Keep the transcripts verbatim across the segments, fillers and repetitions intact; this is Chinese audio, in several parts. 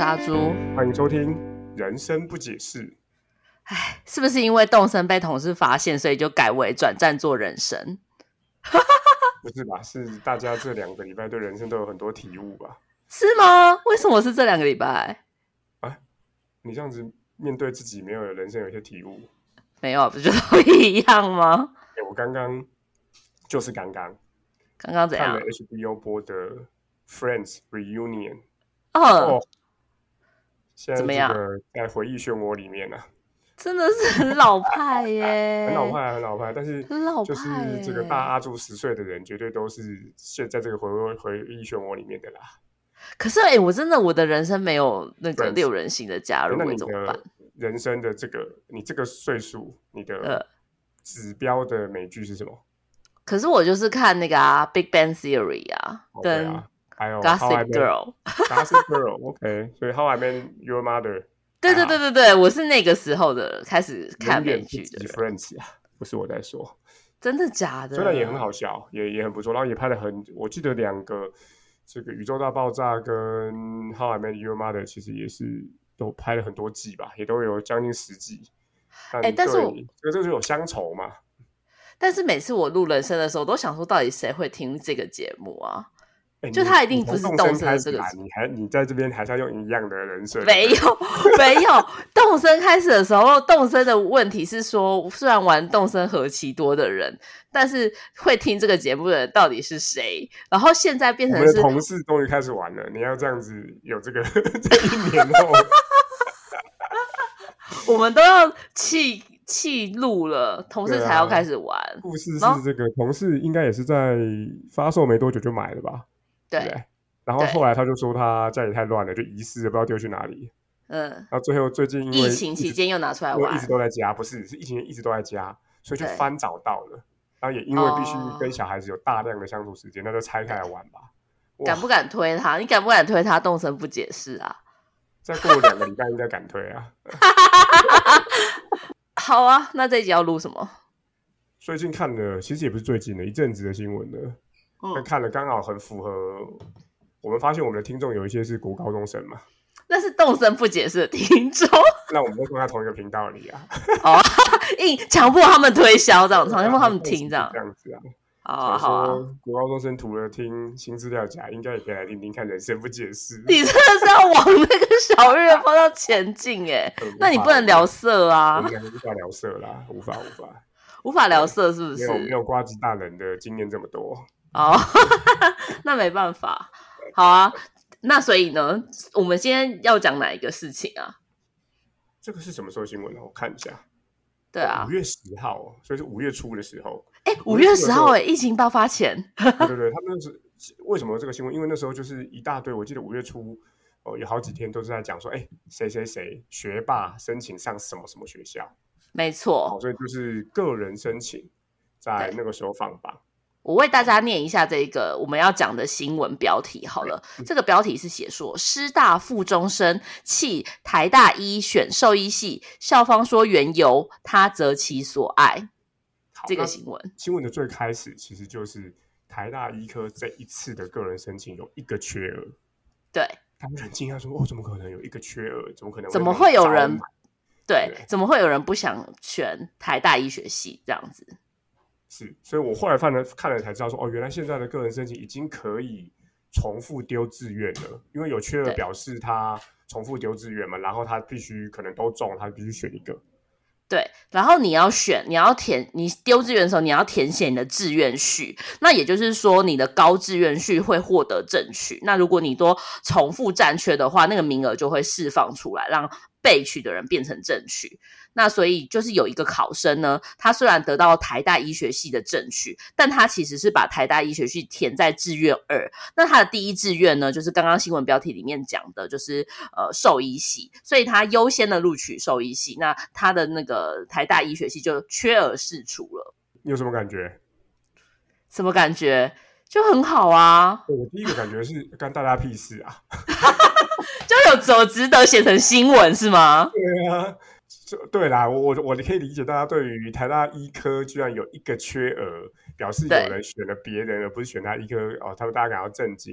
阿朱， 欢迎收听人生不解释。 唉，是不是因为动森被同事发现，所以就改为转战做人生？ 不是吧？是大家这两个礼拜对人生都有很多体悟吧？ 是吗？为什么是这两个礼拜？ 啊，你这样子面对自己没有人生有一些体悟？ 没有，不就都一样吗？ 欸、我刚刚就是刚刚刚刚怎样？ 看了 H B O 播的 Friends Reunion。 哦， 哦，现在怎么样这个在回忆漩涡里面啊， 真的是很老派耶， 很老派，很老派。但是很老派就是这个大阿朱十岁的人，绝对都是现在这个回回忆漩涡里面的啦。 可是哎、欸，我真的我的人生没有那个 Friends 六人行的加入， 那你会怎么办？ 的人生的这个，你这个岁数，你的呃， 指标的美剧是什么？ 可是我就是看那个啊《Big Bang Theory》啊， 哦对跟啊，还有 Gossip How I Met Girl。 Gossip Girl，OK，、所以 How I Met Your Mother， 对对对对对，我是那个时候的开始看美剧的人。 Friends 啊，不是我在说， 真的假的？ 虽然也很好笑，也也很不错，然后也拍的很，我记得两个这个宇宙大爆炸跟 How I Met Your Mother 其实也是都拍了很多季吧，也都有将近十季。但哎、但是我这个就有乡愁嘛。 但是每次我录人生的时候，我都想说，到底谁会听这个节目啊？ 欸、 就他一定不是动森的这个， 你还你在这边还是要用一样的人设？ 没有没有，动森开始的时候，动森的问题是说，虽然玩动森何其多的人，但是会听这个节目的人到底是谁？然后现在变成是我们的同事终于开始玩了，你要这样子有这个这一年后， 我们都要弃弃录了，同事才要开始玩。 啊、故事是这个同事应该也是在发售没多久就买了吧？ 对， 对，然后后来他就说他家里太乱了，就遗失了，不知道丢去哪里。 嗯， 然后最后最近因为疫情期间又拿出来玩， 一直都在家，不是是疫情一直都在家，所以就翻找到了。然后也因为必须跟小孩子有大量的相处时间，那、哦、就拆开来玩吧。 敢不敢推他？你敢不敢推他？动森不解释啊！ 再过两个礼拜应该敢推啊。 好啊，那这一集要录什么？ 最近看了，其实也不是最近的一阵子的新闻了。嗯，看了刚好很符合。我们发现我们的听众有一些是国高中生嘛， 那是动森不解释的听众。 那我们都放在同一个频道里啊。 哦，硬强迫他们推销这样，强迫他们听这样， 这样子啊。 好啊好啊。 国高中生除了听新资料夹，应该也可以来听听看人生不解释。 你真的是要往那个小月方向前进哎、欸，那你不能聊色啊。 我们两个无法聊色啦，无法无法无法聊色是不是？ 没有没有呱吉大人的经验这么多哦，那没办法。好啊，那所以呢，我们今天要讲哪一个事情啊？ 这个是什么时候新闻呢？我看一下。 对啊， 五月十号、哦，所以是五月初的时候。 哎、欸，五月十号哎、欸，疫情爆发前。 对对对，他们那是为什么这个新闻？因为那时候就是一大堆，我记得五月初哦，有好几天都是在讲说，哎，谁谁谁学霸申请上什么什么学校。 没错、 哦，所以就是个人申请，在那个时候放榜。 我为大家念一下这个我们要讲的新闻标题好了。这个标题是写说，师大附中生弃台大医选兽医系，校方说缘由他择其所爱。这个新闻， 新闻的最开始其实就是台大医科这一次的个人申请有一个缺额。 对， 他们很惊讶说：“哦，怎么可能有一个缺额？怎么可能？ 怎么会有人？对，对怎么会有人不想选台大医学系这样子？” 是，所以我后来看了看了才知道说，哦，原来现在的个人申请已经可以重复丢志愿了，因为有缺额表示他重复丢志愿嘛，然后他必须可能都中，他必须选一个。 对，然后你要选，你要填，你丢志愿的时候，你要填写你的志愿序。那也就是说，你的高志愿序会获得正取。那如果你都重复占缺的话，那个名额就会释放出来，让备取的人变成正取。那所以就是有一个考生呢，他虽然得到台大医学系的正取，但他其实是把台大医学系填在志愿二。那他的第一志愿呢，就是刚刚新闻标题里面讲的，就是呃兽医系，所以他优先的录取兽医系。那他的那个台大医学系就缺额释出了。 你有什么感觉？ 什么感觉？就很好啊。 我第一个感觉是干大家屁事啊。 就有走值得写成新闻是吗？ 对啊，对啦，我我可以理解大家对于台大医科居然有一个缺额，表示有人选了别人而不是选他医科哦，他们大家感到震惊。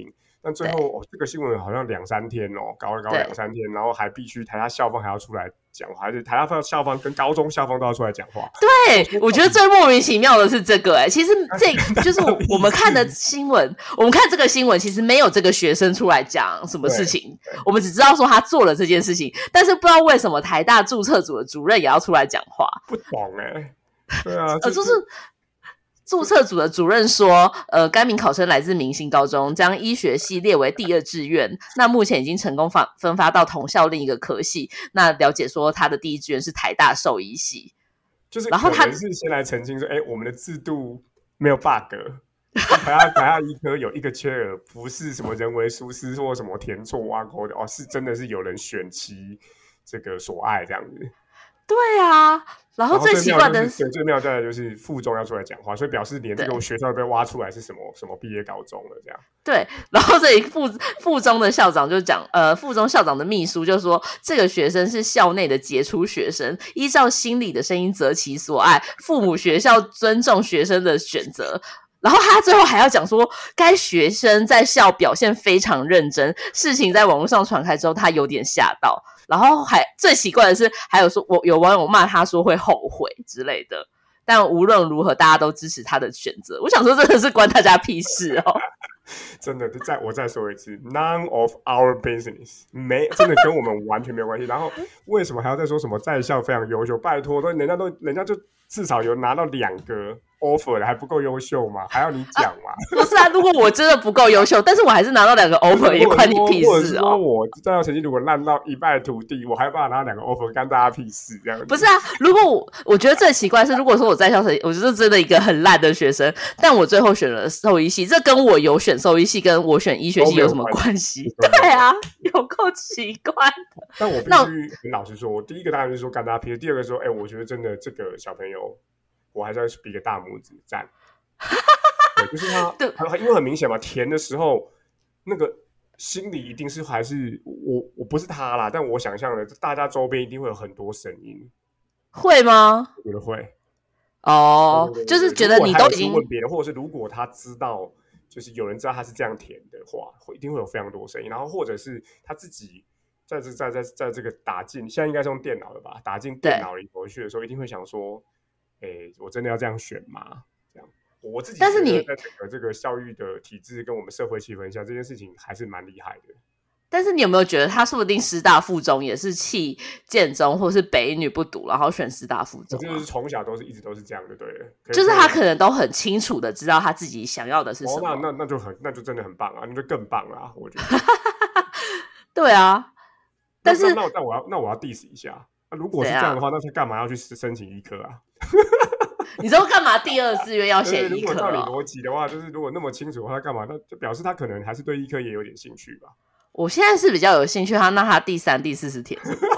但最后、哦、这个新闻好像两三天哦，搞了搞两三天，然后还必须台大校方还要出来讲话，还是台大校方跟高中校方都要出来讲话。 对，我觉得最莫名其妙的是这个、欸，其实这就是我们看的新闻，我们看这个新闻，其实没有这个学生出来讲什么事情，我们只知道说他做了这件事情，但是不知道为什么台大注册组的主任也要出来讲话， 不懂哎、欸，对啊， 呃，就是。注册组的主任说，呃，该名考生来自明星高中，将医学系列为第二志愿。那目前已经成功发分发到同校另一个科系。那了解说，他的第一志愿是台大兽医系。 就是可能是先来澄清说，哎，我们的制度没有 bug， 台大台大医科有一个缺额，不是什么人为疏失或什么填错挖沟的哦，是真的是有人选其这个所爱这样子。 对啊。然后最奇怪的是，最妙在的就是附中要出来讲话，所以表示连这个学校被挖出来是什么什么毕业高中了这样。 对，然后这里附附中的校长就讲，呃，附中校长的秘书就说，这个学生是校内的杰出学生，依照心里的声音择其所爱，父母学校尊重学生的选择。然后他最后还要讲说，该学生在校表现非常认真，事情在网络上传开之后，他有点吓到。然后还最奇怪的是，还有说我有网友骂他说会后悔之类的，但无论如何，大家都支持他的选择。我想说，真的是关大家屁事哦！ 真的，再我再说一次 ，None of our business， 没真的跟我们完全没有关系。然后为什么还要再说什么在校非常优秀？拜托，都人家都人家就至少有拿到两个 offer 的，还不够优秀吗？还要你讲吗？ 啊、不是啊，如果我真的不够优秀，但是我还是拿到两个 offer， 也关你屁事哦。 或者说我在校成绩如果烂到一败涂地，我还把拿到两个 offer， 干大家屁事这样子。 不是啊，如果我我觉得最奇怪是，如果说我在校成绩，我就是真的一个很烂的学生，但我最后选了兽医系，这跟我有选兽医系跟我选医学系有什么关系？对啊，有够奇怪的。 但我必须很老实说，我第一个当然就是说干大家屁事，第二个说，哎、欸，我觉得真的这个小朋友。我还是要比个大拇指赞，对，就是他，他因为很明显嘛，填的时候那个心里一定是还是我，我不是他啦，但我想象的，大家周边一定会有很多声音， 会吗？ 我觉得会， 哦，就是觉得你都已经问别人，或者是如果他知道，就是有人知道他是这样填的话，会一定会有非常多声音，然后或者是他自己在这在在在这个打进，现在应该是用电脑的吧，打进电脑里头去的时候，一定会想说。欸、我真的要这样选吗？这样，我自己觉得在整个这个教育的体制跟我们社会气氛下，这件事情还是蛮厉害的。 但是你有没有觉得他说不定师大附中也是弃建中或是北女不读，然后选师大附中、啊？ 就是从小都是一直都是这样的，对了。 就是他可能都很清楚的知道他自己想要的是什么。 哦、那那那就很那就真的很棒啊，那就更棒啦，我觉得。 对啊，但是那 那, 那我要那我要 diss 一下。那如果是这样的话，那他干嘛要去申请医科啊？ 你说干嘛第二志愿要写医科、哦？ 如果照你逻辑的话，就是如果那么清楚的话，他干嘛？那就表示他可能还是对医科也有点兴趣吧。 我现在是比较有兴趣，他那他第三、第四是填什么？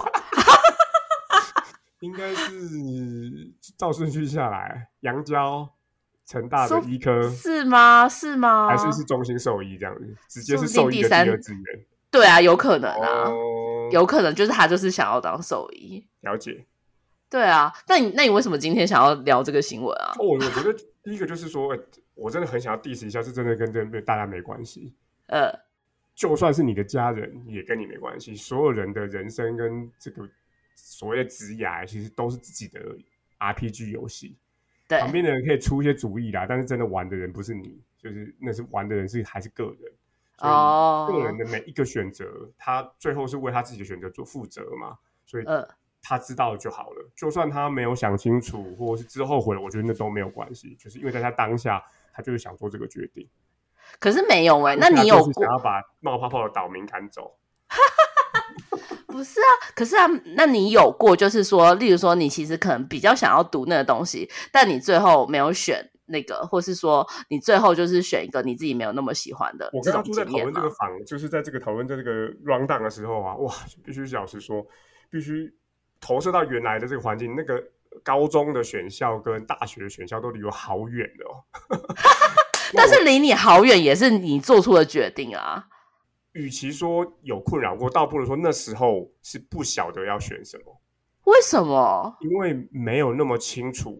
应该是照顺序下来，阳交、成大的医科是吗？是吗？ 还是是中心兽医这样子？直接是兽医的第二志愿？ 对啊，有可能啊， 哦、 有可能就是他就是想要当兽医。 了解。 对啊，那你那你为什么今天想要聊这个新闻啊？ 哦，我觉得第一个就是说，欸、我真的很想要 diss 一下，是真的跟跟大家没关系。 呃， 就算是你的家人，也跟你没关系。所有人的人生跟这个所谓的职涯，其实都是自己的 R P G 游戏。 对， 旁边的人可以出一些主意啦，但是真的玩的人不是你，就是那是玩的人是还是个人。 哦， 所以个人的每一个选择，他最后是为他自己的选择做负责嘛。所以，呃。他知道就好了，就算他没有想清楚，或者是之后悔了，我觉得那都没有关系，就是因为在他当下，他就是想做这个决定。 可是没有哎、欸，那你有过想要把冒泡泡的岛民赶走？ 不是啊，可是啊，那你有过就是说，例如说你其实可能比较想要读那个东西，但你最后没有选那个，或是说你最后就是选一个你自己没有那么喜欢的。 我跟他就在讨论这个访，就是在这个讨论在这个 round down 的时候啊，哇，必须老实说，必须。投射到原来的这个环境，那个高中的选校跟大学的选校都离我好远的哦。 但是离你好远也是你做出的决定啊。 与其说有困扰过，倒不如说那时候是不晓得要选什么。 为什么？ 因为没有那么清楚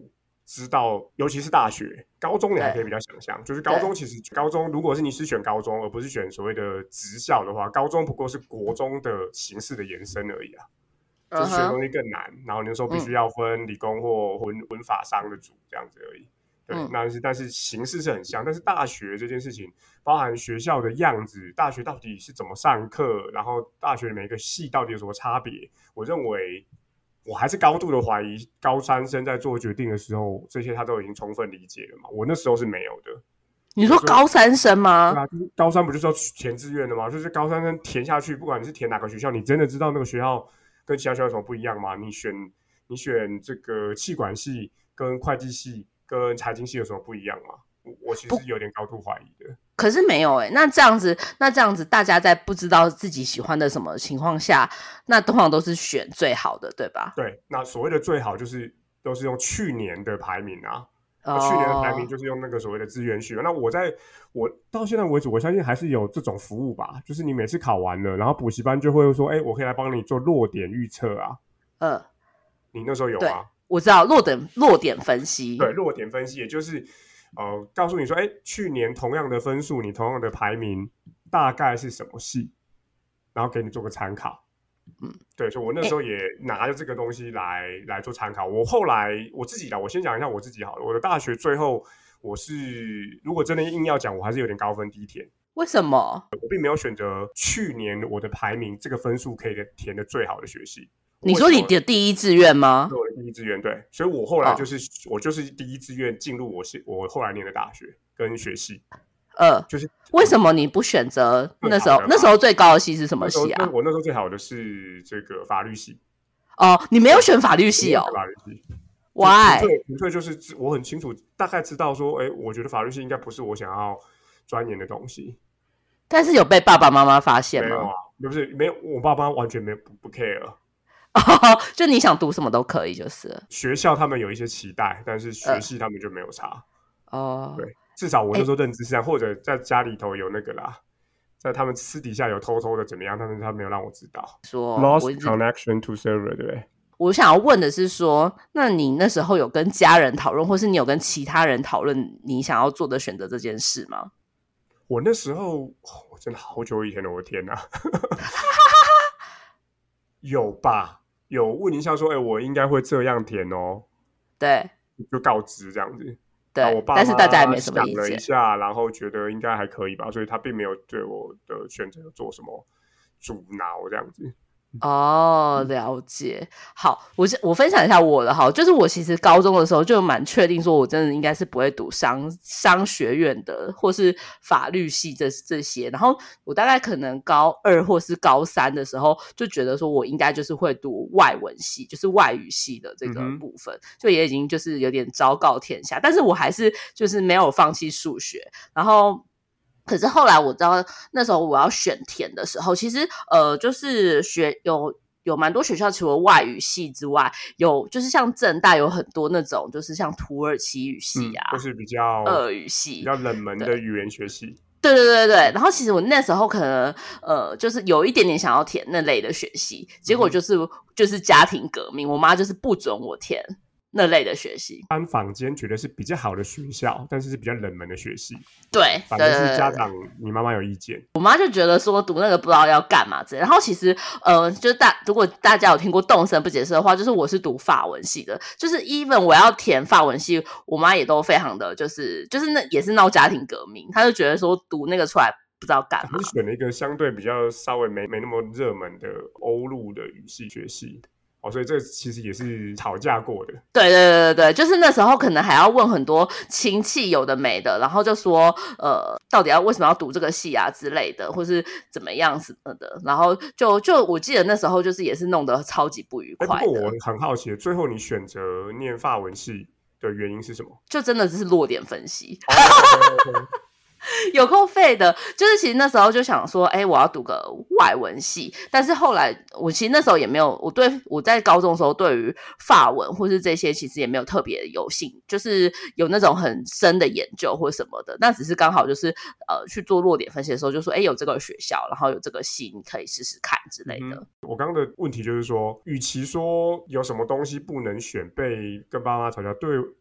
知道，尤其是大学，高中你还可以比较想象，就是高中其实高中如果是你是选高中而不是选所谓的职校的话，高中不过是国中的形式的延伸而已啊，就是学的东西更难，然后你那时候必须要分理工或文文法商的组这样子而已。对，嗯、那是但是形式是很像，但是大学这件事情，包含学校的样子，大学到底是怎么上课，然后大学的每一个系到底有什么差别，我认为我还是高度的怀疑高三生在做决定的时候，这些他都已经充分理解了嘛。我那时候是没有的。 你说高三生吗？ 对啊，就是高三不就是要填志愿的吗？就是高三生填下去，不管你是填哪个学校，你真的知道那个学校跟其他学校有什么不一样吗？你选你选这个企管系跟会计系跟财经系有什么不一样吗？我, 我其实有点高度怀疑的。 可是没有哎、欸，那这样子，那这样子，大家在不知道自己喜欢的什么情况下，那通常都是选最好的，对吧？ 对，那所谓的最好就是都是用去年的排名啊。哦、去年的排名就是用那个所谓的志愿序。那我在我到现在为止，我相信还是有这种服务吧，就是你每次考完了，然后补习班就会说，哎、欸，我可以来帮你做落点预测啊。 嗯， 你那时候有吗？ 我知道落点落点分析。 对，落点分析也就是呃，告诉你说，哎、欸，去年同样的分数，你同样的排名大概是什么系，然后给你做个参考。嗯，对，所以我那时候也拿着这个东西来、欸、来做参考。我后来我自己啦，我先讲一下我自己好了。我的大学最后我是如果真的硬要讲，我还是有点高分低填。 为什么？ 我并没有选择去年我的排名这个分数可以填的最好的学系。 你说你的第一志愿吗？ 是我的第一志愿，对，所以我后来就是、哦、我就是第一志愿进入我我后来念的大学跟学系。 呃，就是为什么你不选择那时候那时候最高的系是什么系啊？ 我那时候最好的是这个法律系。 哦，你没有选法律系哦？ 法律系 ，Why？ 纯粹就是我很清楚，大概知道说，哎，我觉得法律系应该不是我想要钻研的东西。 但是有被爸爸妈妈发现吗？ 没有啊，不是没有，我爸妈完全没不不 care。 哦，就你想读什么都可以，就是了。 学校他们有一些期待，但是学系他们就没有差。 哦、呃， 对。至少我那时候认知是这样、欸，或者在家里头有那个啦，在他们私底下有偷偷的怎么样，他们他没有让我知道。 说 lost connection to server， 对不对？ 我想要问的是说，那你那时候有跟家人讨论，或是你有跟其他人讨论你想要做的选择这件事吗？ 我那时候、哦、真的好久以前了，我的天哪！有吧？有问一下说，哎、欸，我应该会这样填哦。 对， 就告知这样子。 对， 我爸妈但是大家也没什么意见。 想了一下，然后觉得应该还可以吧，所以他并没有对我的选择做什么阻挠这样子。 哦，了解。好，我我分享一下我的好，就是我其实高中的时候就蛮确定说我真的应该是不会读商商学院的，或是法律系这这些。然后我大概可能高二或是高三的时候就觉得说我应该就是会读外文系，就是外语系的这个部分，嗯、就也已经就是有点昭告天下。但是我还是就是没有放弃数学，然后。可是后来我知道那时候我要选填的时候，其实呃就是学有有蛮多学校除了外语系之外，有就是像政大有很多那种就是像土耳其语系啊， 或、嗯、是比较俄语系比较冷门的语言学系。 对对对对，然后其实我那时候可能呃就是有一点点想要填那类的学系，结果就是、嗯、就是家庭革命，我妈就是不准我填那类的学系。 班坊间觉得是比较好的学校，但是是比较冷门的学系。 对， 反正是家长，你妈妈有意见。 我妈就觉得说读那个不知道要干嘛之类。然后其实呃，就是大如果大家有听过动声不解释的话，就是我是读法文系的，就是 even 我要填法文系，我妈也都非常的就是就是那也是闹家庭革命，她就觉得说读那个出来不知道干嘛。 她是选了一个相对比较稍微没没那么热门的欧陆的语系学系。哦，所以这其实也是吵架过的。 对对对对对，就是那时候可能还要问很多亲戚有的没的，然后就说呃，到底要为什么要读这个系啊之类的，或是怎么样什么的，然后就就我记得那时候就是也是弄得超级不愉快的。 欸、不过我很好奇，最后你选择念法文系的原因是什么？ 就真的是落点分析。 哦okay, okay. 有够废的，就是其实那时候就想说，哎、欸，我要读个外文系，但是后来我其实那时候也没有，我对我在高中的时候对于法文或是这些其实也没有特别有兴，就是有那种很深的研究或什么的，那只是刚好就是呃去做落点分析的时候就说，哎、欸，有这个学校，然后有这个系，你可以试试看之类的。 嗯、我刚刚的问题就是说，与其说有什么东西不能选，被跟爸妈吵架，对。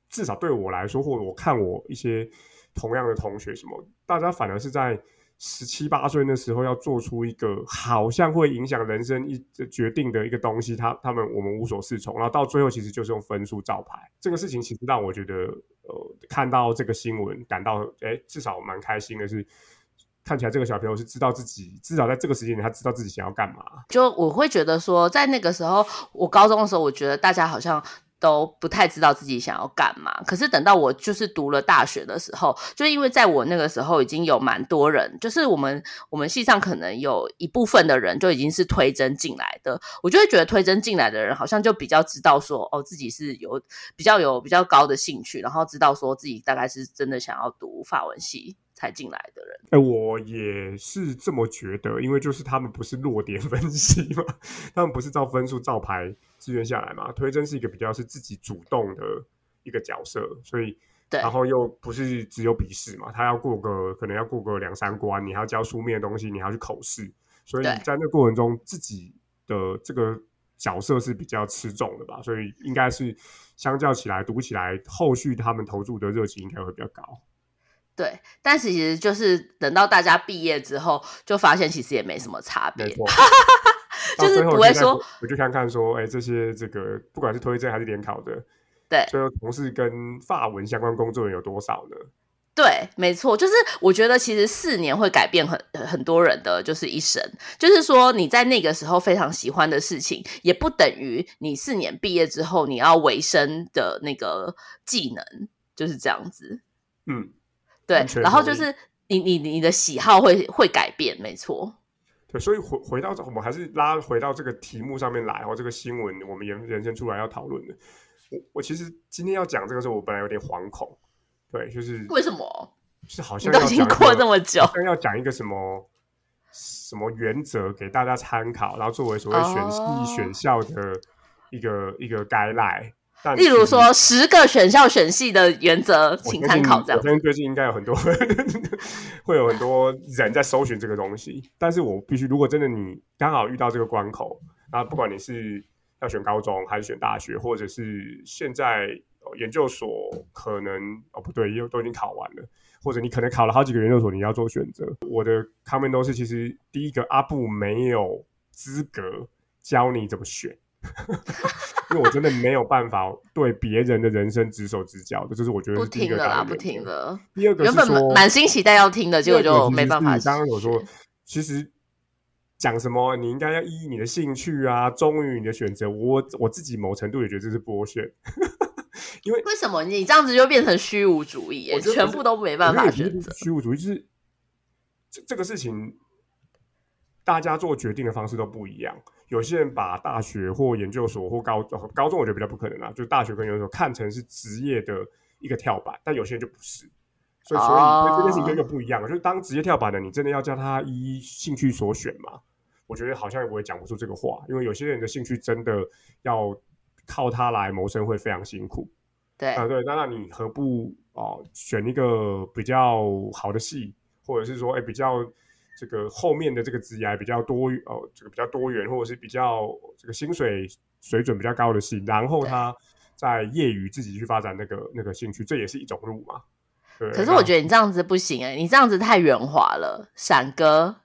至少对我来说，或者我看我一些同样的同学什么，大家反而是在十七八岁那时候要做出一个好像会影响人生一决定的一个东西，他他们我们无所适从，然后到最后其实就是用分数照牌。这个事情其实让我觉得，呃，看到这个新闻感到，哎，至少蛮开心的是。看起来这个小朋友是知道自己，至少在这个时间点，他知道自己想要干嘛。 就我会觉得说，在那个时候，我高中的时候，我觉得大家好像都不太知道自己想要干嘛。可是等到我就是读了大学的时候，就因为在我那个时候已经有蛮多人，就是我们我们系上可能有一部分的人就已经是推甄进来的，我就会觉得推甄进来的人好像就比较知道说，哦，自己是有比较有比较高的兴趣，然后知道说自己大概是真的想要读法文系才进来的人。 欸、我也是这么觉得，因为就是他们不是落点分析嘛，他们不是照分数照排志愿下来嘛，推甄是一个比较是自己主动的一个角色，所以然后又不是只有笔试嘛，他要过个可能要过个两三关，你还要交书面的东西，你还要去口试，所以在那个过程中自己的这个角色是比较吃重的吧，所以应该是相较起来读起来，后续他们投注的热情应该会比较高。 对，但是其实就是等到大家毕业之后，就发现其实也没什么差别，就是不会说， 我就看看说，哎，这些这个不管是推甄还是联考的， 对， 最后同事跟法文相关工作人有多少呢？ 对，没错，就是我觉得其实四年会改变很很多人的就是一生，就是说你在那个时候非常喜欢的事情，也不等于你四年毕业之后你要维生的那个技能，就是这样子。嗯。对，然后就是你你你的喜好会会改变，没错。 对，所以回回到我们还是拉回到这个题目上面来，然后这个新闻我们延伸出来要讨论的。我我其实今天要讲这个时候，我本来有点惶恐，对，就是为什么？ 就是好像你都已经过这么久， 好像要讲一个什么什么原则给大家参考，然后作为所谓选系、oh. 选校的一个一个guideline。 例如说十个选校选系的原则请参考这样子。 我相信最近应该有很多会有很多人在搜寻这个东西，但是我必须如果真的你刚好遇到这个关口，那不管你是要选高中还是选大学，或者是现在研究所可能哦不对都已经考完了，或者你可能考了好几个研究所你要做选择，我的 comment 都是其实第一个阿布没有资格教你怎么选因为我真的没有办法对别人的人生指手指教的，这是我觉得是第一个不听了啦，不听了。 第二个是说原本满心期待要听的，结果就没办法。 你刚刚有说，其实讲什么你应该要依你的兴趣啊，忠于你的选择。我我自己某程度也觉得这是剥削，因为为什么你这样子就变成虚无主义？全部都没办法选择。 虚无主义就是这这个事情。大家做决定的方式都不一样，有些人把大学或研究所或高高中我觉得比较不可能啦，就大学跟研究所看成是职业的一个跳板，但有些人就不是，所以所以这件事情就不一样了。就是当职业跳板的，你真的要叫他依兴趣所选嘛？我觉得好像我也讲不出这个话，因为有些人的兴趣真的要靠他来谋生会非常辛苦。 对啊，对，那那你何不哦选一个比较好的系，或者是说哎比较。这个后面的这个职业比较多哦，这个比较多元，或者是比较这个薪水水准比较高的系，然后他在业余自己去发展那个那个兴趣，这也是一种路嘛。对。 可是我觉得你这样子不行哎、欸，你这样子太圆滑了，闪哥。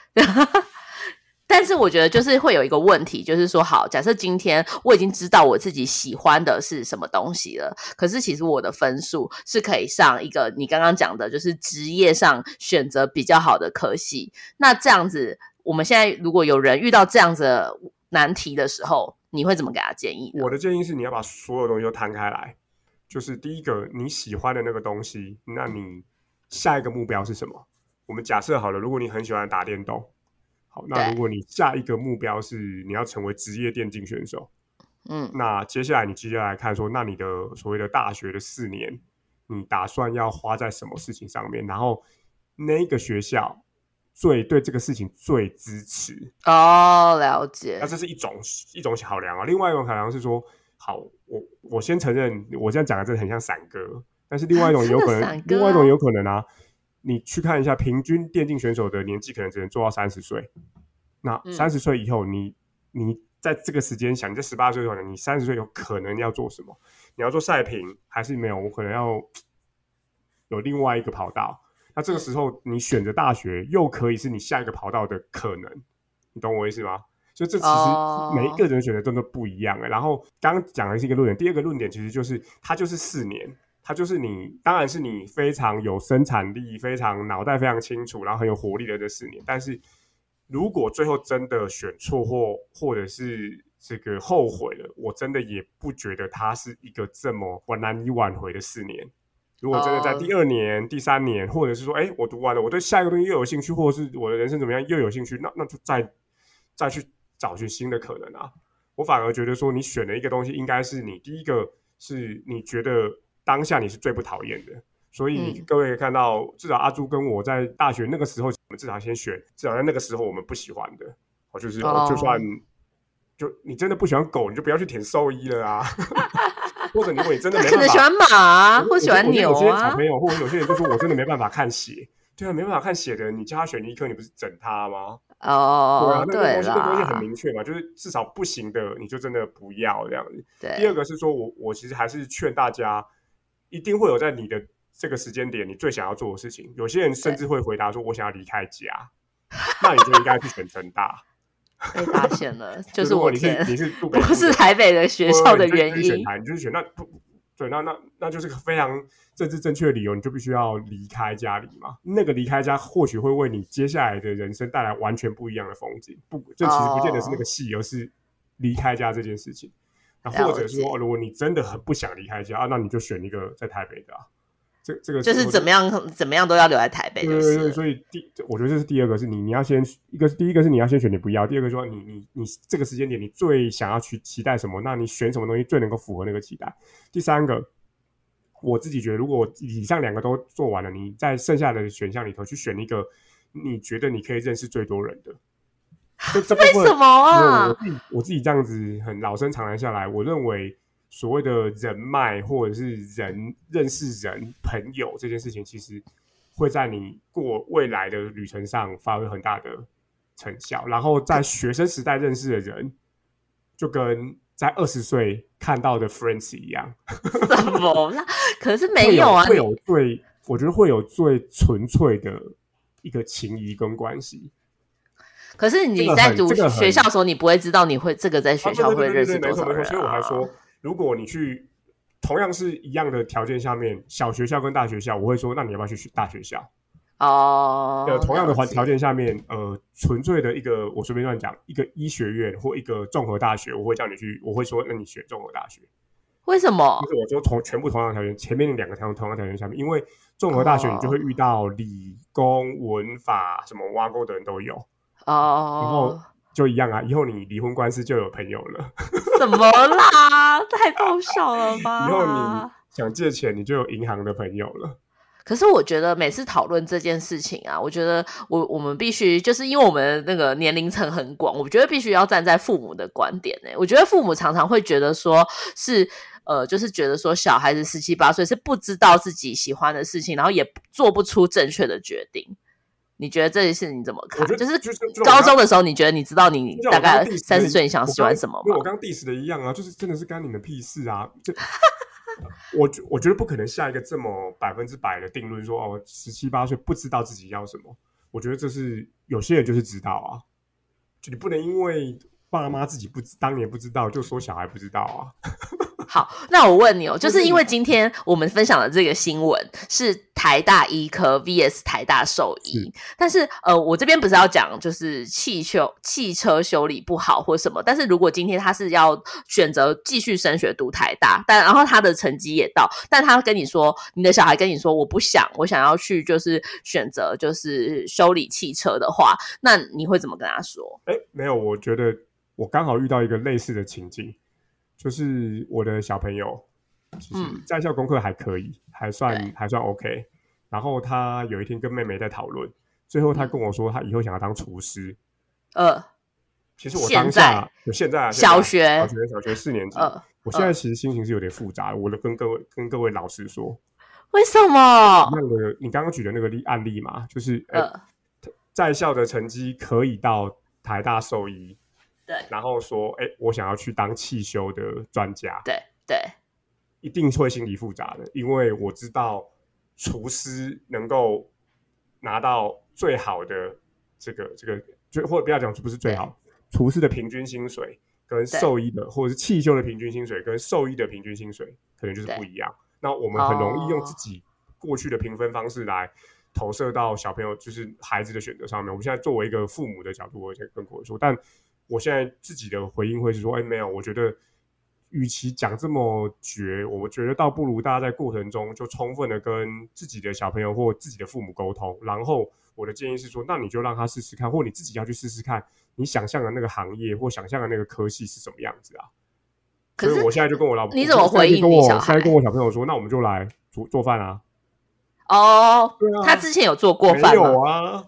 但是我觉得就是会有一个问题，就是说好，假设今天我已经知道我自己喜欢的是什么东西了，可是其实我的分数是可以上一个你刚刚讲的就是职业上选择比较好的科系，那这样子我们现在如果有人遇到这样子的难题的时候，你会怎么给他建议呢？ 我的建议是你要把所有东西都摊开来，就是第一个你喜欢的那个东西，那你下一个目标是什么？我们假设好了，如果你很喜欢打电动，好，那如果你下一个目标是你要成为职业电竞选手，嗯，那接下来你接下来看说，那你的所谓的大学的四年，你打算要花在什么事情上面？然后那个学校最对这个事情最支持哦，了解。 那这是一种一种考量啊。另外一种考量是说，好，我我先承认，我这样讲的真的很像散哥，但是另外一种有可能，另外一种有可能啊。你去看一下，平均电竞选手的年纪可能只能做到三十岁。那三十岁以后你，你在这个时间想，你在十八岁的时候，你三十岁有可能要做什么？你要做赛评，还是没有？我可能要有另外一个跑道。那这个时候，你选择大学，又可以是你下一个跑道的可能，你懂我意思吗？所以这其实每一个人选择真的不一样、欸。然后刚刚讲的是一个论点，第二个论点其实就是它就是四年。它就是你，当然是你非常有生产力、非常脑袋非常清楚，然后很有活力的这四年。但是如果最后真的选错或或者是这个后悔了，我真的也不觉得它是一个这么难以挽回的四年。如果真的在第二年、oh. 第三年，或者是说，哎，我读完了，我对下一个东西又有兴趣，或者是我的人生怎么样又有兴趣，那那就再再去找寻新的可能啊。我反而觉得说，你选的一个东西，应该是你第一个是你觉得当下你是最不讨厌的，所以各位可以看到、嗯、至少阿朱跟我在大学那个时候，我们至少先选至少在那个时候我们不喜欢的，就是、oh. 就算就你真的不喜欢狗，你就不要去填兽医了啊或者如果你真的没办法， 可能喜欢马啊或喜欢牛啊， 有些小朋友或者有些人就说我真的没办法看血对啊，没办法看血的人，你叫他选医科，你不是整他吗？ 哦、 oh, 对啊，那个东西对那个东西很明确嘛，就是至少不行的你就真的不要这样子。 对， 第二个是说我我其实还是劝大家，一定会有在你的这个时间点你最想要做的事情。有些人甚至会回答说我想要离开家，那你就应该去选成大。 被发现了，就是我填你是不是台北的学校的原因， 你, 你就是选那不对，那那那就是个非常政治正确的理由，你就必须要离开家里嘛。那个离开家或许会为你接下来的人生带来完全不一样的风景，不，这其实不见得是那个戏，而是离开家这件事情。那或者说，如果你真的很不想离开家啊，那你就选一个在台北的啊。这这个就是怎么样怎么样都要留在台北，就是。 对对对，所以第我觉得这是第二个，是你你要先一个第一个是你要先选你不要，第二个说你你你这个时间点你最想要去期待什么，那你选什么东西最能够符合那个期待。第三个，我自己觉得，如果我以上两个都做完了，你在剩下的选项里头去选一个你觉得你可以认识最多人的。这为什么啊？ 我自己我自己这样子很老生常谈下来，我认为。所谓的人脉或者是人认识人朋友这件事情，其实会在你过未来的旅程上发挥很大的成效。然后在学生时代认识的人，就跟在二十岁看到的 friends 一样。 什么啦？可是没有啊， 会有最，我觉得会有最纯粹的一个情谊跟关系。 可是你在读学校的时候，你不会知道你会这个在学校会认识多少人、啊、 所以我还说。如果你去同样是一样的条件下面，小学校跟大学校，我会说，那你要不要去大学校？ 哦、 oh, 同样的条件下面，呃，纯粹的一个，我随便乱讲，一个医学院或一个综合大学，我会叫你去，我会说，那你选综合大学。 为什么？ 就是我说同全部同样条件，前面两个同样条件下面，因为综合大学你就会遇到理工、文法、什么挖沟的人都有。 哦、 oh. 然后。就一样啊，以后你离婚官司就有朋友了。 什么啦？太爆笑了吧！ 以后你想借钱，你就有银行的朋友了。 可是我觉得每次讨论这件事情啊，我觉得我我们必须就是因为我们那个年龄层很广，我觉得必须要站在父母的观点、欸、我觉得父母常常会觉得说是呃，就是觉得说小孩子十七八岁是不知道自己喜欢的事情，然后也做不出正确的决定。你觉得这件事你怎么看？就是高中的时候，你觉得你知道你大概三十岁你想喜欢什么吗？ 因为我刚 diss 的一样啊，就是真的是干你们屁事啊！就我我觉得不可能下一个这么百分之百的定论说哦，十七八岁不知道自己要什么。我觉得这是有些人就是知道啊，就你不能因为爸妈自己不当年不知道，就说小孩不知道啊。 好，那我问你哦，就是因为今天我们分享的这个新闻是台大医科 V S 台大兽医，但是呃，我这边不是要讲就是汽车汽车修理不好或什么，但是如果今天他是要选择继续升学读台大，但然后他的成绩也到，但他跟你说，你的小孩跟你说我不想，我想要去就是选择就是修理汽车的话，那你会怎么跟他说？ 哎，没有，我觉得我刚好遇到一个类似的情境。就是我的小朋友，其实在校功课还可以，嗯、还算还算 OK。然后他有一天跟妹妹在讨论，最后他跟我说他以后想要当厨师。 呃， 其实我当下有现在小学小学小学四年级，呃、我现在其实心情是有点复杂的。我跟各位跟各位老师说， 为什么？ 那个你刚刚举的那个案例嘛，就是呃，在校的成绩可以到台大兽医。 对， 然后说哎，我想要去当汽修的专家， 对对， 一定会心理复杂的，因为我知道厨师能够拿到最好的这个这个，就或者不要讲不是最好，厨师的平均薪水跟兽医的或者是汽修的平均薪水跟兽医的平均薪水可能就是不一样。那我们很容易用自己过去的评分方式来投射到小朋友就是孩子的选择上面。我们现在作为一个父母的角度，我先跟各位说，但我现在自己的回应会是说，哎，没有，我觉得与其讲这么绝，我觉得倒不如大家在过程中就充分的跟自己的小朋友或自己的父母沟通，然后我的建议是说，那你就让他试试看，或你自己要去试试看你想象的那个行业或想象的那个科系是什么样子啊。可是所以我现在就跟我老婆， 你怎么回应你小孩？ 我现在跟我小朋友说，那我们就来做做饭啊。 哦、 啊， 他之前有做过饭吗？ 没有啊。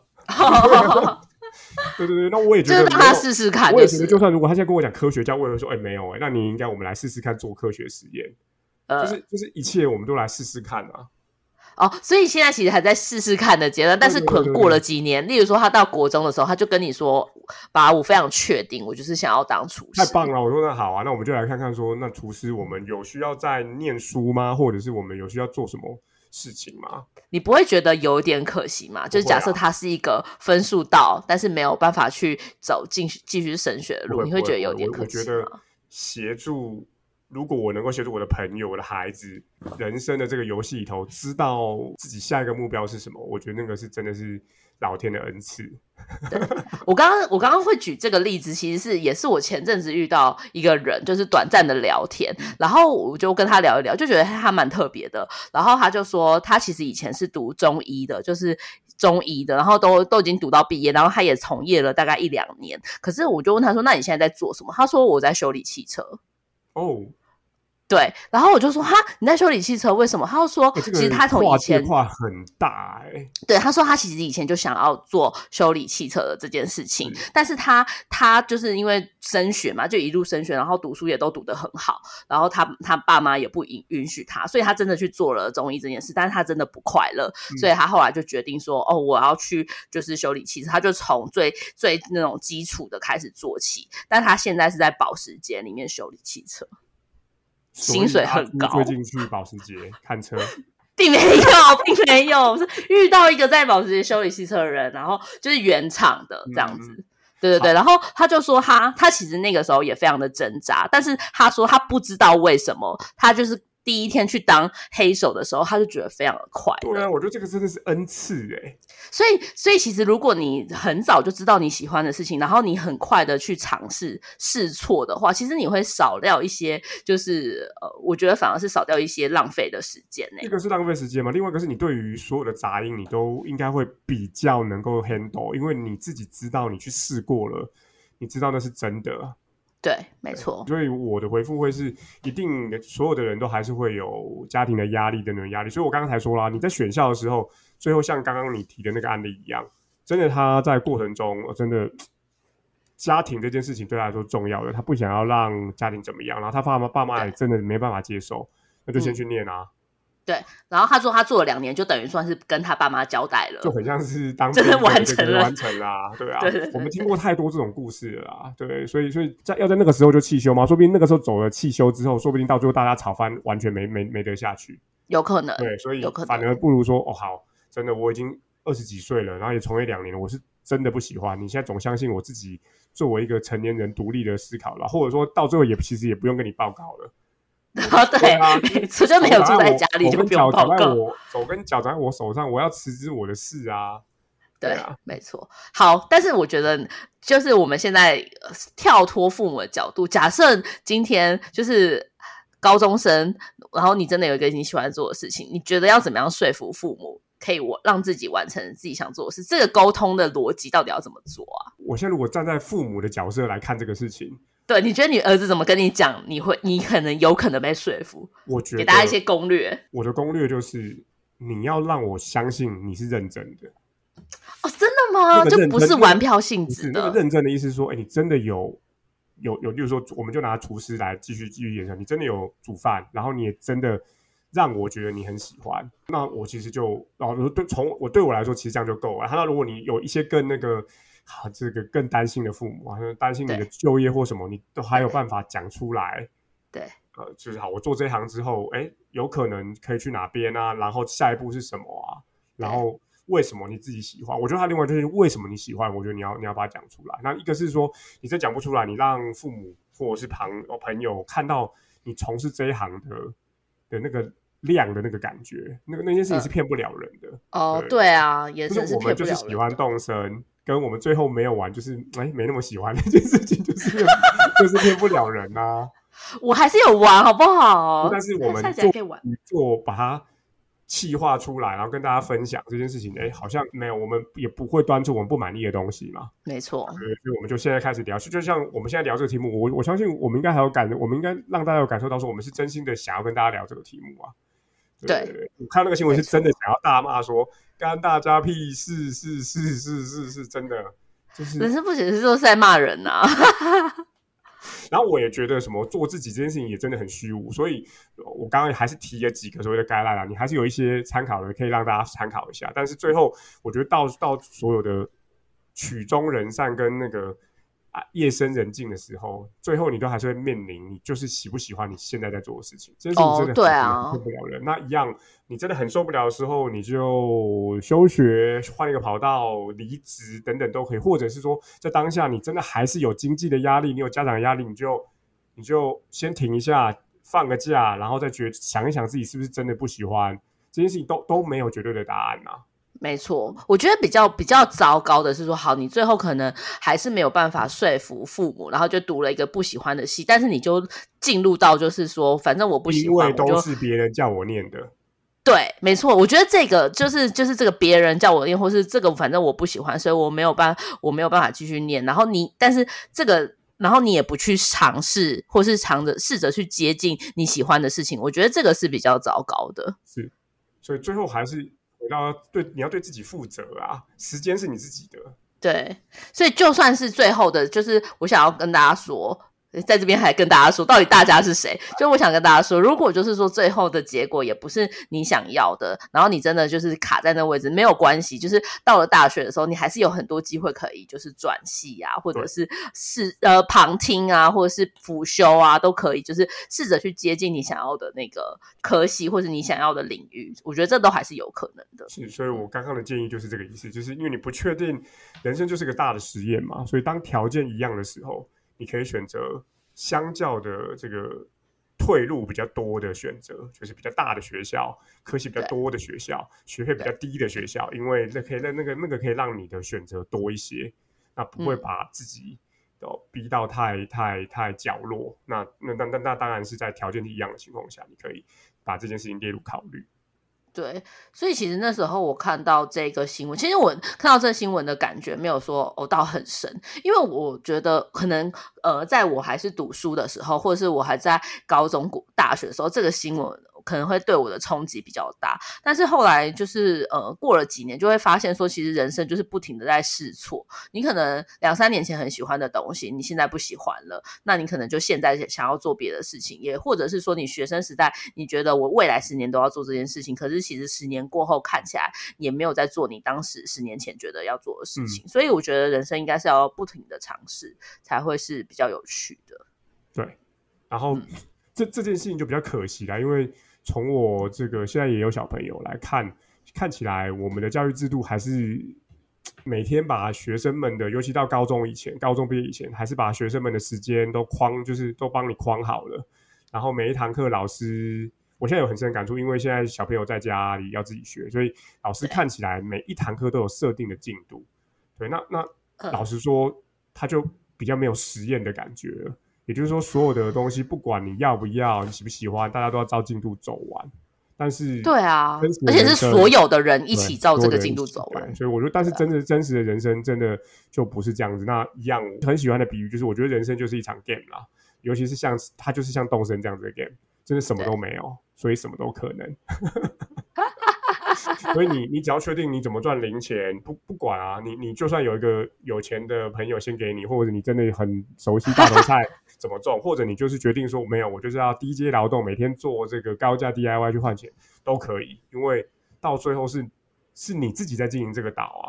对对对，那我也觉得就是让他试试看、就是。 我也觉得，就算如果他现在跟我讲科学家，我也会说，哎、欸，没有哎、欸，那你应该我们来试试看做科学实验。呃，就是就是一切我们都来试试看啊。 哦，所以现在其实还在试试看的阶段，但是可能过了几年，例如说他到国中的时候，他就跟你说：“爸，我非常确定，我就是想要当厨师。” 太棒了！我说那好啊，那我们就来看看说，那厨师我们有需要再念书吗？或者是我们有需要做什么事情吗？ 你不会觉得有点可惜吗？就是假设他是一个分数到，但是没有办法去走进继续升学的路，你会觉得有点可惜吗？ 我觉得协助。如果我能够协助我的朋友、我的孩子，人生的这个游戏里头，知道自己下一个目标是什么，我觉得那个是真的是老天的恩赐。 对，我刚刚我刚刚会举这个例子，其实是也是我前阵子遇到一个人，就是短暂的聊天，然后我就跟他聊一聊，就觉得他蛮特别的。然后他就说，他其实以前是读中医的，就是中医的，然后都都已经读到毕业，然后他也从业了大概一两年。可是我就问他说：“那你现在在做什么？”他说：“我在修理汽车。”哦。对，然后我就说哈，你在修理汽车，为什么？他就说， 欸、 其实他从以前跨很大哎、欸， 对，他说他其实以前就想要做修理汽车的这件事情，但是他他就是因为升学嘛，就一路升学，然后读书也都读得很好，然后他他爸妈也不允许他，所以他真的去做了中医这件事，但是他真的不快乐，嗯、所以他后来就决定说，哦，我要去就是修理汽车，他就从最最那种基础的开始做起，但他现在是在保时捷里面修理汽车。薪水很高， 最近去保时捷看车， 并没有，并没有，是遇到一个在保时捷修理汽车的人，然后就是原厂的这样子，嗯、对对对，然后他就说他他其实那个时候也非常的挣扎，但是他说他不知道为什么，他就是第一天去当黑手的时候，他就觉得非常的快乐。 对啊，我觉得这个真的是恩赐哎。 所以，所以其实如果你很早就知道你喜欢的事情，然后你很快的去尝试试错的话，其实你会少掉一些，就是呃，我觉得反而是少掉一些浪费的时间呢。 一个是浪费时间嘛，另外一个是你对于所有的杂音，你都应该会比较能够 handle， 因为你自己知道你去试过了，你知道那是真的。 对，没错。 所以我的回复会是，一定所有的人都还是会有家庭的压力等等压力。所以我刚刚才说啦，你在选校的时候，最后像刚刚你提的那个案例一样，真的他在过程中，真的家庭这件事情对他来说重要的，他不想要让家庭怎么样，然后他爸妈爸妈也真的没办法接受，那就先去念啊。嗯对，然后他说他做了两年，就等于算是跟他爸妈交代了， 就很像是当真的完成了， 完成啦，对啊， 对对对， 我们听过太多这种故事了啦，对，所以所以在要在那个时候就汽修嘛，说不定那个时候走了汽修之后，说不定到最后大家吵翻，完全没没没得下去， 有可能， 对，所以反而不如说哦好，真的我已经二十几岁了，然后也从业两年了，我是真的不喜欢，你现在总相信我自己作为一个成年人独立的思考了，或者说到最后也其实也不用跟你报告了。 哦，对啊，没错，就没有住在家里就不用报告。 手跟脚在我手上，我要辞职我的事啊。 对啊，没错。好，但是我觉得，就是我们现在跳脱父母的角度，假设今天就是高中生，然后你真的有一个你喜欢做的事情，你觉得要怎么样说服父母，可以我让自己完成自己想做的事？这个沟通的逻辑到底要怎么做啊？ 我现在如果站在父母的角色来看这个事情。 对，你觉得你儿子怎么跟你讲，你会，你可能有可能被说服？ 我觉得给大家一些攻略。 我的攻略就是，你要让我相信你是认真的。 哦，真的吗？就不是玩票性质的。 那个认真的意思是说，哎、欸，你真的有有有，例如说，我们就拿厨师来继续继续延伸，你真的有煮饭，然后你也真的让我觉得你很喜欢，那我其实就，然后对从我对我来说，其实这样就够了。那如果你有一些更那个。 啊，这个更担心的父母啊，担心你的就业或什么，你都还有办法讲出来。 对， 呃，就是好，我做这一行之后，哎，有可能可以去哪边啊？然后下一步是什么啊？然后为什么你自己喜欢？我觉得他另外就是为什么你喜欢，我觉得你要你要把它讲出来。那一个是说你真讲不出来，你让父母或者是旁朋友看到你从事这一行的的那个亮的那个感觉，那个那件事情是骗不了人的。 嗯、哦，对啊，也是是我们就是喜欢动身，跟我们最后没有玩，就是哎没那么喜欢那件事情，就是就是骗不了人啊。 我还是有玩，好不好？ 但是我们做做把它企划出来，然后跟大家分享这件事情，哎，好像没有，我们也不会端出我们不满意的东西嘛。 没错， 对，所以我们就现在开始聊，就像我们现在聊这个题目，我我相信我们应该还有感，我们应该让大家有感受到说，我们是真心的想要跟大家聊这个题目啊。对，对对，我看那个新闻是真的想要大骂说，干大家屁事，是是是是是真的，就是人生不只是都是在骂人啊。 然后我也觉得什么做自己这件事情也真的很虚无，所以我刚刚还是提了几个所谓的概念啦，你还是有一些参考的，可以让大家参考一下。但是最后我觉得到到所有的曲终人散跟那个啊夜深人静的时候，最后你都还是会面临你就是喜不喜欢你现在在做的事情，这件事情真的哦，对啊， 受不了人。那一样，你真的很受不了的时候，你就休学、换一个跑道、离职等等都可以，或者是说在当下你真的还是有经济的压力，你有家长的压力，你就你就先停一下，放个假，然后再觉想一想自己是不是真的不喜欢这件事情都，都没有绝对的答案啊。 没错，我觉得比较比较糟糕的是说，好，你最后可能还是没有办法说服父母，然后就读了一个不喜欢的系，但是你就进入到就是说，反正我不喜欢， 因为都是别人叫我念的。 对，没错，我觉得这个就是就是这个别人叫我念，或是这个反正我不喜欢，所以我没有办法，我没有办法继续念。然后你，但是这个，然后你也不去尝试，或是尝着试着去接近你喜欢的事情，我觉得这个是比较糟糕的。 是，所以最后还是回到对你要对自己负责啊，时间是你自己的。 对，所以就算是最后的，就是我想要跟大家说。在这边还跟大家说，到底大家是谁？就我想跟大家说，如果就是说最后的结果也不是你想要的，然后你真的就是卡在那位置，没有关系，就是到了大学的时候，你还是有很多机会可以就是转系啊，或者是是呃旁听啊，或者是辅修啊，都可以，就是试着去接近你想要的那个科系或者你想要的领域，我觉得这都还是有可能的。 是，所以我刚刚的建议就是这个意思，就是因为你不确定，人生就是个大的实验嘛，所以当条件一样的时候。你可以选择相较的这个退路比较多的选择，就是比较大的学校，科系比较多的学校，学费比较低的学校，因为那可以那个那个可以让你的选择多一些，那不会把自己逼到太太太角落。那那那那当然是在条件一样的情况下，你可以把这件事情列入考虑。 对，所以其实那时候我看到这个新闻，其实我看到这个新闻的感觉没有说哦到很深，因为我觉得可能呃，在我还是读书的时候，或者是我还在高中、大学的时候，这个新闻可能会对我的冲击比较大。但是后来就是呃，过了几年就会发现说，其实人生就是不停的在试错。你可能两三年前很喜欢的东西，你现在不喜欢了，那你可能就现在想要做别的事情，也或者是说你学生时代你觉得我未来十年都要做这件事情，可是其实十年过后看起来也没有在做你当时十年前觉得要做的事情。嗯、所以我觉得人生应该是要不停的尝试，才会是比较有趣的。 对，然后、嗯、这这件事情就比较可惜啦，因为从我这个现在也有小朋友来看，看起来我们的教育制度还是每天把学生们的，尤其到高中以前，高中毕业以前，还是把学生们的时间都框，就是都帮你框好了。然后每一堂课老师，我现在有很深的感触，因为现在小朋友在家里要自己学，所以老师看起来每一堂课都有设定的进度。对，那那老实说，他就比较没有实验的感觉了。也就是说，所有的东西，不管你要不要，你喜不喜欢，大家都要照进度走完。但是， 对啊，而且是所有的人一起照这个进度走完。 所以我觉得，但是真的真实的人生，真的就不是这样子。那一样，我很喜欢的比喻就是，我觉得人生就是一场 game 啦，尤其是像它就是像动森这样子的 game， 真的什么都没有，所以什么都可能。所以你你只要确定你怎么赚零钱，不不管啊，你你就算有一个有钱的朋友先给你，或者你真的很熟悉大头菜怎么种，或者你就是决定说没有，我就是要低阶劳动，每天做这个高价 D I Y 去换钱都可以，因为到最后是是你自己在经营这个岛啊，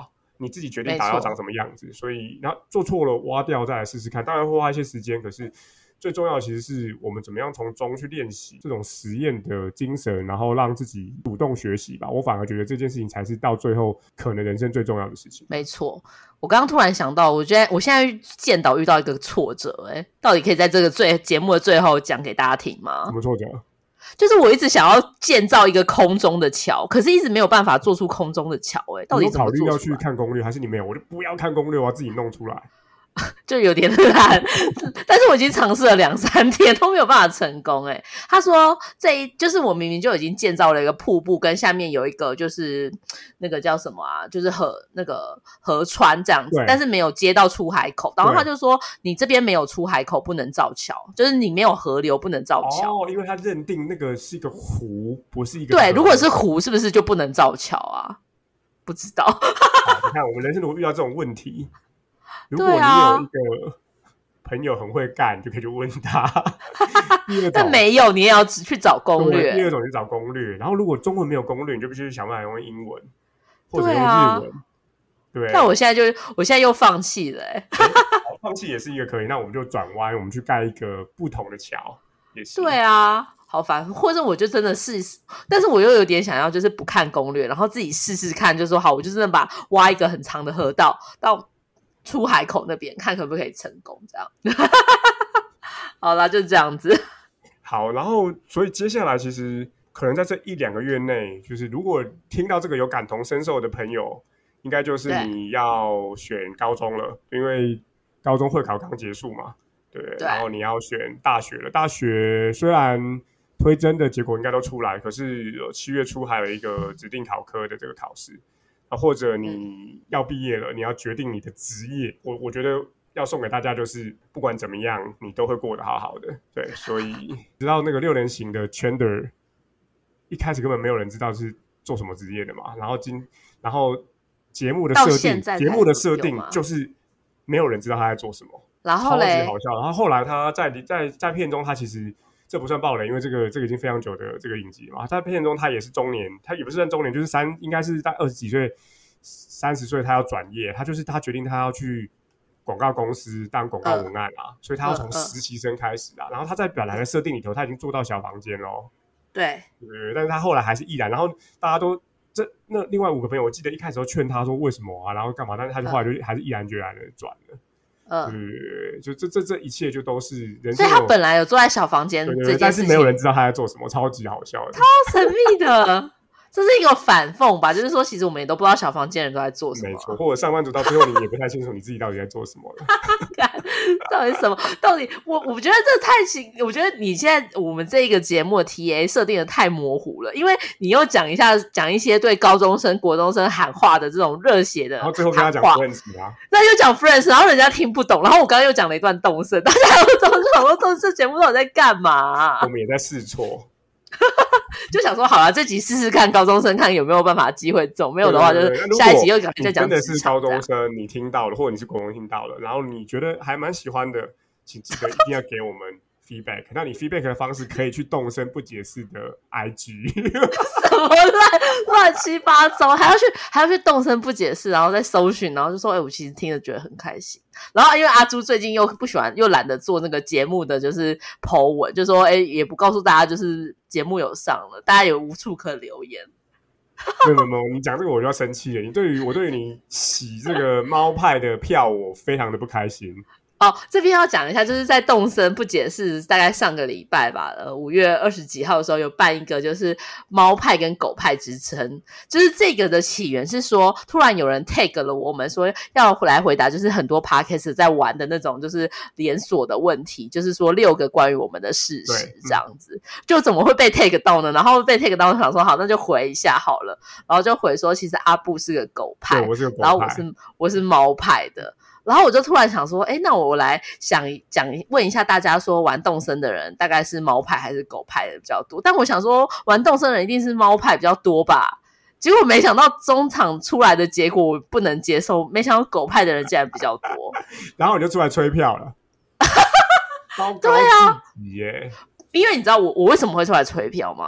你自己决定打要长什么样子，所以然后做错了挖掉再来试试看，当然会花一些时间，可是最重要的其实是我们怎么样从中去练习这种实验的精神，然后让自己主动学习吧。我反而觉得这件事情才是到最后可能人生最重要的事情。 没错，我刚刚突然想到，我觉得我现在见导遇到一个挫折，哎，到底可以在这个最节目的最后讲给大家听吗？ 什么挫折？ 就是我一直想要建造一个空中的桥，可是一直没有办法做出空中的桥，哎，到底怎么做出来？ 你有考虑要去看攻略，还是你没有？我就不要看攻略，我要自己弄出来。 就有点烂，但是我已经尝试了两三天都没有办法成功。哎，他说这一就是我明明就已经建造了一个瀑布，跟下面有一个就是那个叫什么啊，就是河那个河川这样子，但是没有接到出海口。然后他就说你这边没有出海口，不能造桥，就是你没有河流不能造桥。 哦，因为他认定那个是一个湖，不是一个对，如果是湖，是不是就不能造桥啊？不知道。 你看我们人生如果遇到这种问题。如果你有一个朋友很会干，你就可以去问他。 但没有，你也要去找攻略。 第二种去找攻略，然后如果中文没有攻略，你就必须想办法用英文或者用日文。对、啊， 但我现在就我现在又放弃了、欸， 放弃也是一个可以。那我们就转弯，我们去盖一个不同的桥也是。 对啊，好烦。或者我就真的试，但是我又有点想要，就是不看攻略，然后自己试试看，就说好，我就真的把挖一个很长的河道到出海口那边，看可不可以成功，这样。好啦，就这样子。 好，然后所以接下来其实可能在这一两个月内，就是如果听到这个有感同身受的朋友，应该就是你要选高中了，因为高中会考刚结束嘛， 对, 对，然后你要选大学了。大学虽然推甄的结果应该都出来，可是七月初还有一个指定考科的这个考试。或者你要毕业了，你要决定你的职业，我我觉得要送给大家就是不管怎么样你都会过得好好的。对，所以知道那个六人行的 Chandler 一开始根本没有人知道是做什么职业的嘛，然后今然后节目的设定节目的设定就是没有人知道他在做什么， 然后嘞超级好笑。然后后来他在在在片中他其实这不算爆雷，因为这个这个已经非常久的这个影集嘛。在片中他也是中年，他也不是算中年，就是三应该是在二十几岁、三十岁，他要转业，他就是他决定他要去广告公司当广告文案啊，嗯、所以他要从实习生开始啊。嗯嗯、然后他在本来的设定里头，他已经做到小房间咯。 对， 对，但是他后来还是毅然，然后大家都这那另外五个朋友，我记得一开始都劝他说为什么啊，然后干嘛，但是他就后来就还是毅然决然的转了。嗯，对，就这这这一切就都是人生。 所以他本来有坐在小房间， 对对对，但是没有人知道他在做什么，超级好笑的， 超神秘的。这是一个反讽吧，就是说其实我们也都不知道小房间人都在做什么、啊， 没错，或者上班族到最后你也不太清楚你自己到底在做什么了。 到底什么？到底我我觉得这太奇，我觉得你现在我们这一个节目的 T A 设定的太模糊了，因为你又讲一下讲一些对高中生、国中生喊话的这种热血的， 然后最后跟他讲 Friends 啊， 那又讲 Friends， 然后人家听不懂，然后我刚刚又讲了一段动声，大家都都想说这这节目到底在干嘛、啊？ 我们也在试错。 就想说好了，这集试试看高中生看有没有办法机会中，没有的话就是下一集又再讲。 真的是高中生，你听到了，或者你是国中听到了，然后你觉得还蛮喜欢的，请记得一定要给我们 feedback。那你 feedback 的方式可以去动声不解释的 I G。 什么乱乱七八糟，还要去还要去动声不解释，然后再搜寻，然后就说哎、欸，我其实听了觉得很开心。然后因为阿朱最近又不喜欢又懒得做那个节目的就是 po 文，就说哎、欸、也不告诉大家就是节目有上了，大家也无处可留言。 没有没有，你讲这个我就要生气了。你对于我对于你洗这个猫派的票，我非常的不开心。 哦，这边要讲一下，就是在动声不解释，大概上个礼拜吧，呃，五月二十几号的时候有办一个就是猫派跟狗派之称，就是这个的起源是说，突然有人 tag 了我们说要来回答，就是很多 podcast 在玩的那种就是连锁的问题，就是说六个关于我们的事实这样子，嗯、就怎么会被 tag 到呢？然后被 tag 到，我想说好，那就回一下好了，然后就回说其实阿布是个狗派， 对，我是个狗派， 然后我是我是猫派的。然后我就突然想说，哎，那我来想讲问一下大家说，玩动森的人大概是猫派还是狗派的比较多？但我想说，玩动森的人一定是猫派比较多吧？结果没想到中场出来的结果我不能接受，没想到狗派的人竟然比较多。 然后你就出来催票了， 对啊， 耶！ 因为你知道我我为什么会出来催票吗？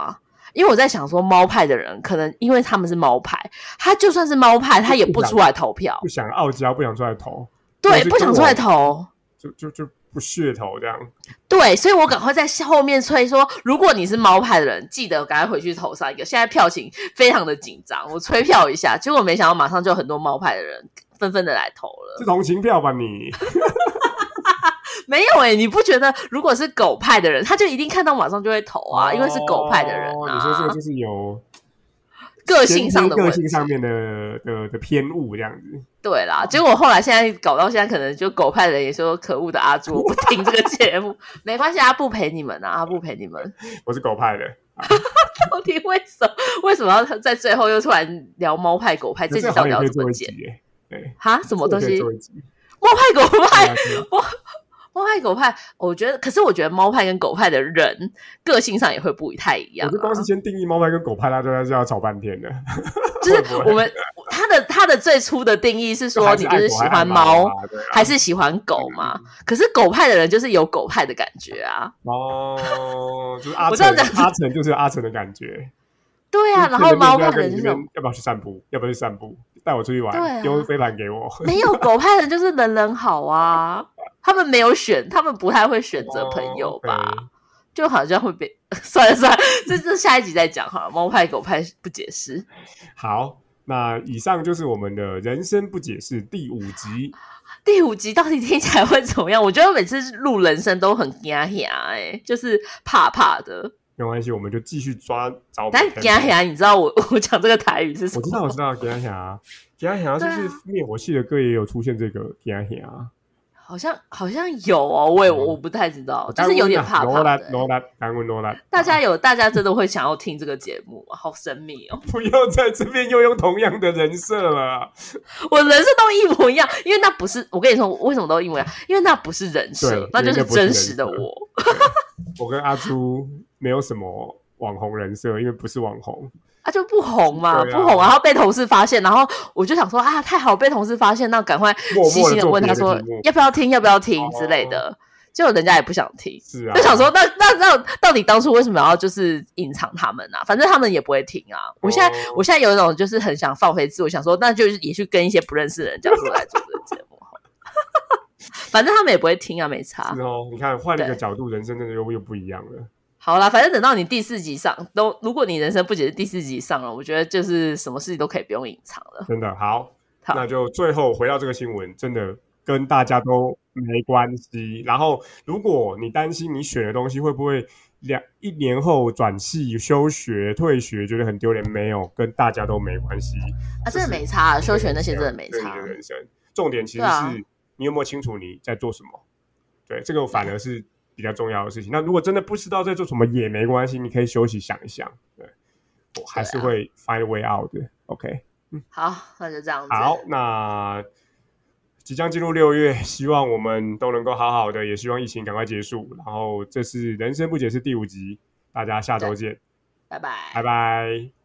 因为我在想说猫派的人可能因为他们是猫派，他就算是猫派他也不出来投票， 不想傲娇，不想出来投， 对，不想出来投， 就就就不屑投这样。 对，所以我赶快在后面催说，如果你是猫派的人，记得赶快回去投上一个。现在票情非常的紧张，我催票一下，结果没想到马上就有很多猫派的人纷纷的来投了。 是同情票吧你？ 没有哎、欸，你不觉得如果是狗派的人，他就一定看到马上就会投啊，哦、因为是狗派的人啊。 你说这个就是有个性上的问题， 个性上面的的的偏误这样子。 对啦，结果后来现在搞到现在，可能就狗派的人也说可恶的阿朱，我不听这个节目，没关系，阿布陪你们啊，阿布陪你们。 我是狗派的。啊、 到底为什么为什么要在最后又突然聊猫派狗派？这集到底要怎么剪？ 对， 哈，什么东西？猫派狗派，猫猫派狗派，我觉得，可是我觉得猫派跟狗派的人个性上也会不太一样、啊。 我就光是先定义猫派跟狗派，他就要吵半天的。 就是我们他的他的最初的定义是说，你就是喜欢猫还是喜欢狗嘛？可是狗派的人就是有狗派的感觉啊。 哦，就是阿成，阿成就是阿成的感觉。 对啊，然后猫派的人就是要不要去散步？要不要去散步？带我出去玩，丢、啊、飞盘给我。 没有，狗派的人就是人人好啊，他们没有选，他们不太会选择朋友吧？哦 okay、就好像会被算了算了，这这下一集再讲哈。猫派狗派不解释。 好，那以上就是我们的人生不解释第五集。 第五集到底听起来会怎么样？我觉得每次录人生都很怕怕哎，就是怕怕的。 没关系，我们就继续抓找。 但惊吓，你知道我我讲这个台语是什么？ 我知道，我知道，惊吓，惊吓就是灭火器的歌也有出现这个惊吓。 好像好像有哦，我也我不太知道，就是有点怕怕的、欸。 罗兰，感恩罗兰。 大家有大家真的会想要听这个节目吗？好神秘哦！ 不要在这边又用同样的人设了。 我人设都一模一样，因为那不是我跟你说为什么都一模一样，因为那不是人设，那就是真实的我。 我跟阿朱没有什么网红人设，因为不是网红。 啊，就不红嘛，啊、不红，然后被同事发现，然后我就想说啊，太好，被同事发现，那赶快细心的问他说要不要听，要不要听之类的，哦、结果人家也不想听， 是啊， 就想说那那那到底当初为什么要就是隐藏他们啊？反正他们也不会听啊。我现在、哦、我现在有一种就是很想放飞自我，想说那就是也去跟一些不认识的人讲出来做这个节目反正他们也不会听啊，没差。 是哦，你看换一个角度，人生真的又又不一样了。 好啦，反正等到你第四集上都，如果你人生不解是第四集上了，我觉得就是什么事情都可以不用隐藏了。 真的 好, 好，那就最后回到这个新闻，真的跟大家都没关系。然后，如果你担心你选的东西会不会两一年后转系、休学、退学，觉得很丢脸，没有，跟大家都没关系啊，真的没差、啊，休学那些真的没差。 对你的人生，重点其实是你有没有清楚你在做什么。对，这个反而是比较重要的事情。那如果真的不知道在做什么也没关系，你可以休息想一想。对，我还是会 find a way out 的。OK， 嗯， 好，那就这样子。 好，那即将进入六月，希望我们都能够好好的，也希望疫情赶快结束。然后这是人生不解释第五集，大家下周见， 拜拜， 拜拜。